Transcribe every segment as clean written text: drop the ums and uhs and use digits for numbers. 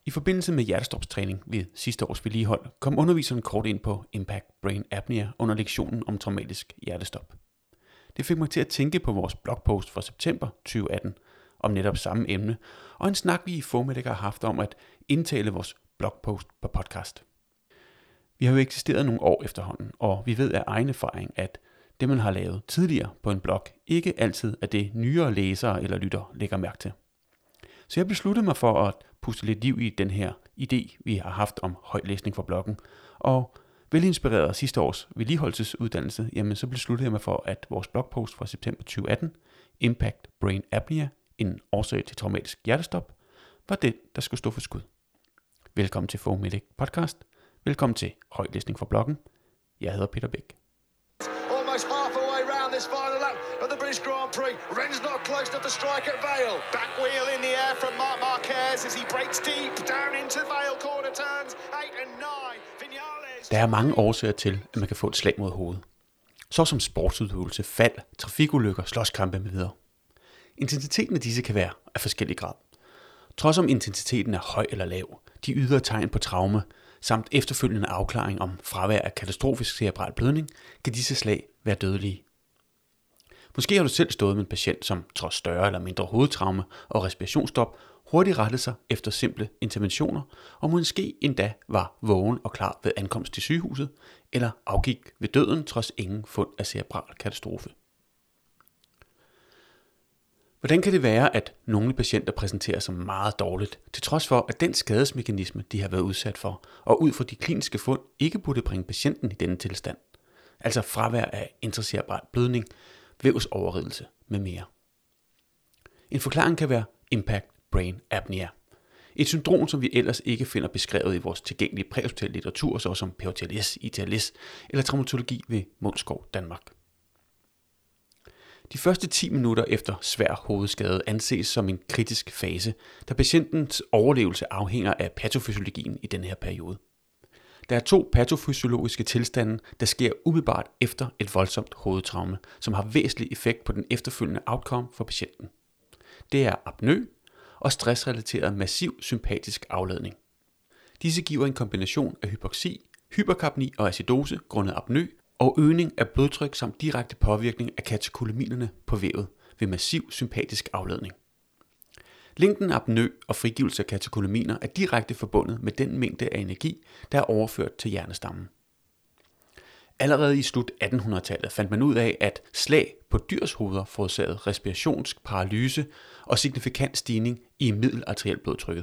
I forbindelse med hjertestopstræning ved sidste års vedligehold kom underviseren kort ind på Impact Brain Apnea under lektionen om traumatisk hjertestop. Det fik mig til at tænke på vores blogpost fra september 2018 om netop samme emne, og en snak vi i Fomedic har haft om at indtale vores blogpost på podcast. Vi har jo eksisteret nogle år efterhånden, og vi ved af egen erfaring, at det man har lavet tidligere på en blog ikke altid er det nyere læsere eller lyttere lægger mærke til. Så jeg besluttede mig for at puste lidt liv i den her idé, vi har haft om højtlæsning for bloggen. Og velinspireret af sidste års vedligeholdelsesuddannelse, jamen så besluttede jeg mig for, at vores blogpost fra september 2018, Impact Brain Apnea, en årsag til traumatisk hjertestop, var det, der skulle stå for skud. Velkommen til Fomedic podcast. Velkommen til højtlæsning for bloggen. Jeg hedder Peter Bæk. Almost halfway round this final lap of the British Grand Prix. Ren's not close enough to strike at Vale. Back wheel in the air from Marc Marquez as he breaks deep down into Vale corner turns 8 and 9. Vinales. Der er mange årsager til, at man kan få et slag mod hovedet. Så som sportsudøvelse, fald, trafikulykker, slåskampe med videre. Intensiteten af disse kan være af forskellig grad. Trods om intensiteten er høj eller lav, de ydre tegn på traume, samt efterfølgende afklaring om fravær af katastrofisk cerebral blødning, kan disse slag være dødelige. Måske har du selv stået med en patient, som trods større eller mindre hovedtraume og respirationsstop hurtigt rettede sig efter simple interventioner, og måske endda var vågen og klar ved ankomst til sygehuset, eller afgik ved døden trods ingen fund af cerebral katastrofe. Hvordan kan det være, at nogle patienter præsenterer sig meget dårligt, til trods for, at den skadesmekanisme, de har været udsat for, og ud fra de kliniske fund, ikke burde bringe patienten i denne tilstand? Altså fravær af intracerebral blødning, vævsoverridelse med mere. En forklaring kan være Impact Brain Apnea. Et syndrom, som vi ellers ikke finder beskrevet i vores tilgængelige præhospitale litteratur, såsom PHTLS, ITLS eller traumatologi ved Mundsgaard, Danmark. De første 10 minutter efter svær hovedskade anses som en kritisk fase, da patientens overlevelse afhænger af patofysiologien i denne her periode. Der er 2 patofysiologiske tilstande, der sker umiddelbart efter et voldsomt hovedtraume, som har væsentlig effekt på den efterfølgende outcome for patienten. Det er apnø og stressrelateret massiv sympatisk afladning. Disse giver en kombination af hypoxi, hyperkapni og acidose grundet apnø, og øgning af blodtryk samt direkte påvirkning af katekolaminerne på vævet ved massiv sympatisk afladning. Længden af apnø og frigivelse af katekolaminer er direkte forbundet med den mængde af energi, der er overført til hjernestammen. Allerede i slut 1800-tallet fandt man ud af, at slag på dyrs hoveder forårsagede respirationsparalyse og signifikant stigning i middelarterielt blodtrykket.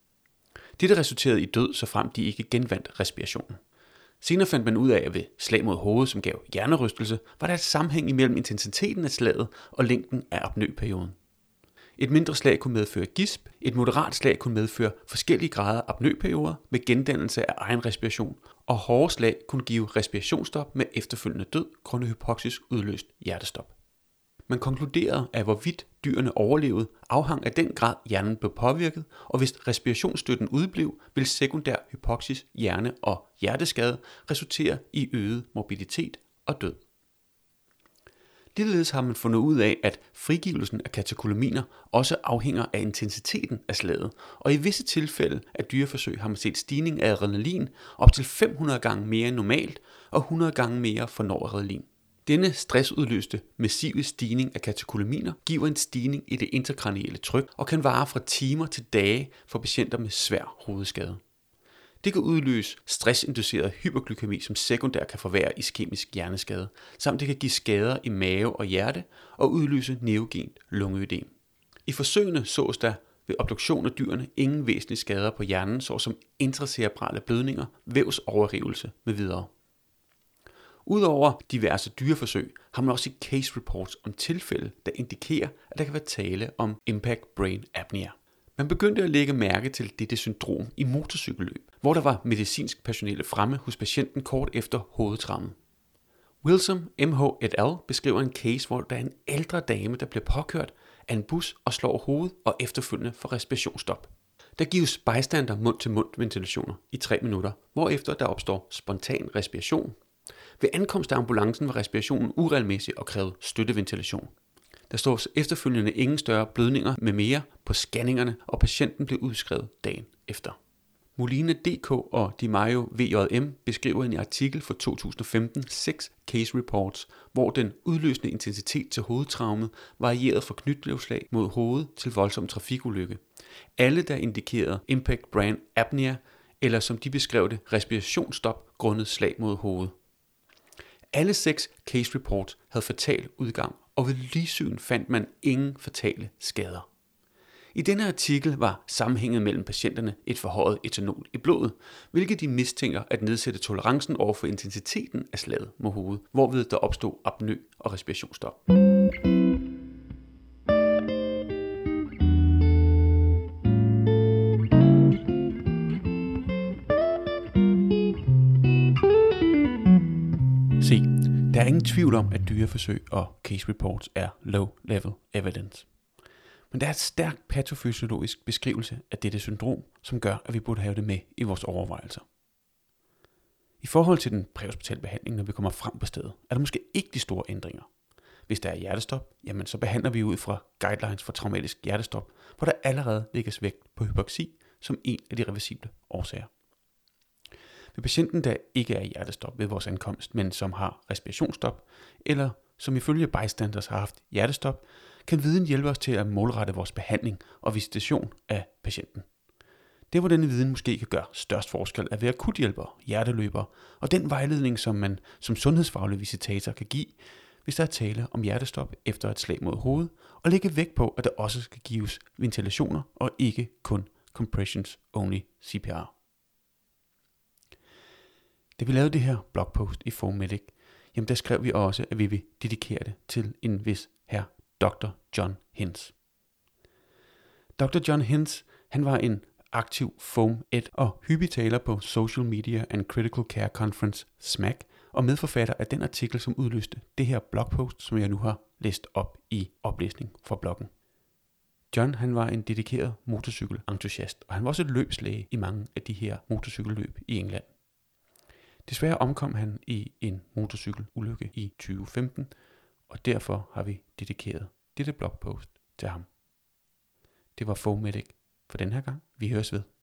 Dette resulterede i død, såfremt de ikke genvandt respirationen. Senere fandt man ud af, at ved slag mod hovedet, som gav hjernerystelse, var der et sammenhæng imellem intensiteten af slaget og længden af apnøperioden. Et mindre slag kunne medføre gisp, et moderat slag kunne medføre forskellige grader apnøperioder med gendannelse af egen respiration, og hårde slag kunne give respirationsstop med efterfølgende død grundet hypoxisk udløst hjertestop. Man konkluderede, at hvorvidt dyrene overlevede, afhang af den grad hjernen blev påvirket, og hvis respirationsstøtten udeblev, vil sekundær hypoxis, hjerne- og hjerteskade resultere i øget morbiditet og død. Ligeledes har man fundet ud af, at frigivelsen af katekolaminer også afhænger af intensiteten af slaget, og i visse tilfælde af dyreforsøg har man set stigning af adrenalin op til 500 gange mere end normalt og 100 gange mere for noradrenalin. Denne stressudløste massive stigning af katekolaminer giver en stigning i det intrakranielle tryk og kan vare fra timer til dage for patienter med svær hovedskade. Det kan udløse stressinduceret hyperglykemi, som sekundær kan forværre iskemisk hjerneskade, samt det kan give skader i mave og hjerte og udløse neurogent lungeødem. I forsøgene sås der ved obduktion af dyrene ingen væsentlige skader på hjernen, såsom intracerebrale blødninger, vævsoverrivelse med. Udover diverse dyreforsøg har man også i case reports om tilfælde, der indikerer, at der kan være tale om Impact Brain Apnea. Man begyndte at lægge mærke til dette syndrom i motorcykelløb, hvor der var medicinsk personale fremme hos patienten kort efter hovedtraumet. Wilson MH et al. Beskriver en case, hvor der er en ældre dame, der bliver påkørt af en bus og slår hovedet og efterfølgende får respirationsstop. Der gives bystander mund-til-mund ventilationer i 3 minutter, hvorefter der opstår spontan respiration. Ved ankomst af ambulancen var respirationen uregelmæssig og krævede støtteventilation. Der står efterfølgende ingen større blødninger med mere på scanningerne, og patienten blev udskrevet dagen efter. Molina.dk og DiMaio VJM beskriver i en artikel fra 2015 6 case reports, hvor den udløsende intensitet til hovedtraumet varierede fra knytnæveslag mod hovedet til voldsom trafikulykke. Alle der indikerede impact brain apnea, eller som de beskrev det, respirationsstop grundet slag mod hovedet. Alle 6 case reports havde fatal udgang, og ved ligsyn fandt man ingen fatale skader. I denne artikel var sammenhænget mellem patienterne et forhøjet etanol i blodet, hvilket de mistænker at nedsætte tolerancen over for intensiteten af slaget mod hovedet, hvorved der opstod apnø og respirationsstop. Se, der er ingen tvivl om, at dyreforsøg og case reports er low-level evidence. Men der er et stærkt patofysiologisk beskrivelse af dette syndrom, som gør, at vi burde have det med i vores overvejelser. I forhold til den præhospitale behandling, når vi kommer frem på stedet, er der måske ikke de store ændringer. Hvis der er hjertestop, jamen så behandler vi ud fra guidelines for traumatisk hjertestop, hvor der allerede lægges vægt på hypoxi som en af de reversible årsager. Ved patienten, der ikke er i hjertestop ved vores ankomst, men som har respirationsstop, eller som ifølge bystanders har haft hjertestop, kan viden hjælpe os til at målrette vores behandling og visitation af patienten. Det, hvor denne viden måske kan gøre størst forskel, er ved akuthjælpere, hjerteløbere og den vejledning, som man som sundhedsfaglig visitator kan give, hvis der er tale om hjertestop efter et slag mod hovedet, og lægge vægt på, at der også skal gives ventilationer og ikke kun compressions only CPR. Da vi lavede det her blogpost i Fomedic, jamen der skrev vi også, at vi vil dedikere det til en vis herr Dr. John Hintz. Dr. John Hintz, han var en aktiv FOAM-ed og hyppig taler på Social Media and Critical Care Conference SMAC og medforfatter af den artikel, som udløste det her blogpost, som jeg nu har læst op i oplæsning fra bloggen. John, han var en dedikeret motorcykelentusiast, og han var også et løbslæge i mange af de her motorcykelløb i England. Desværre omkom han i en motorcykelulykke i 2015, og derfor har vi dedikeret dette blogpost til ham. Det var Fomedic for den her gang. Vi høres ved.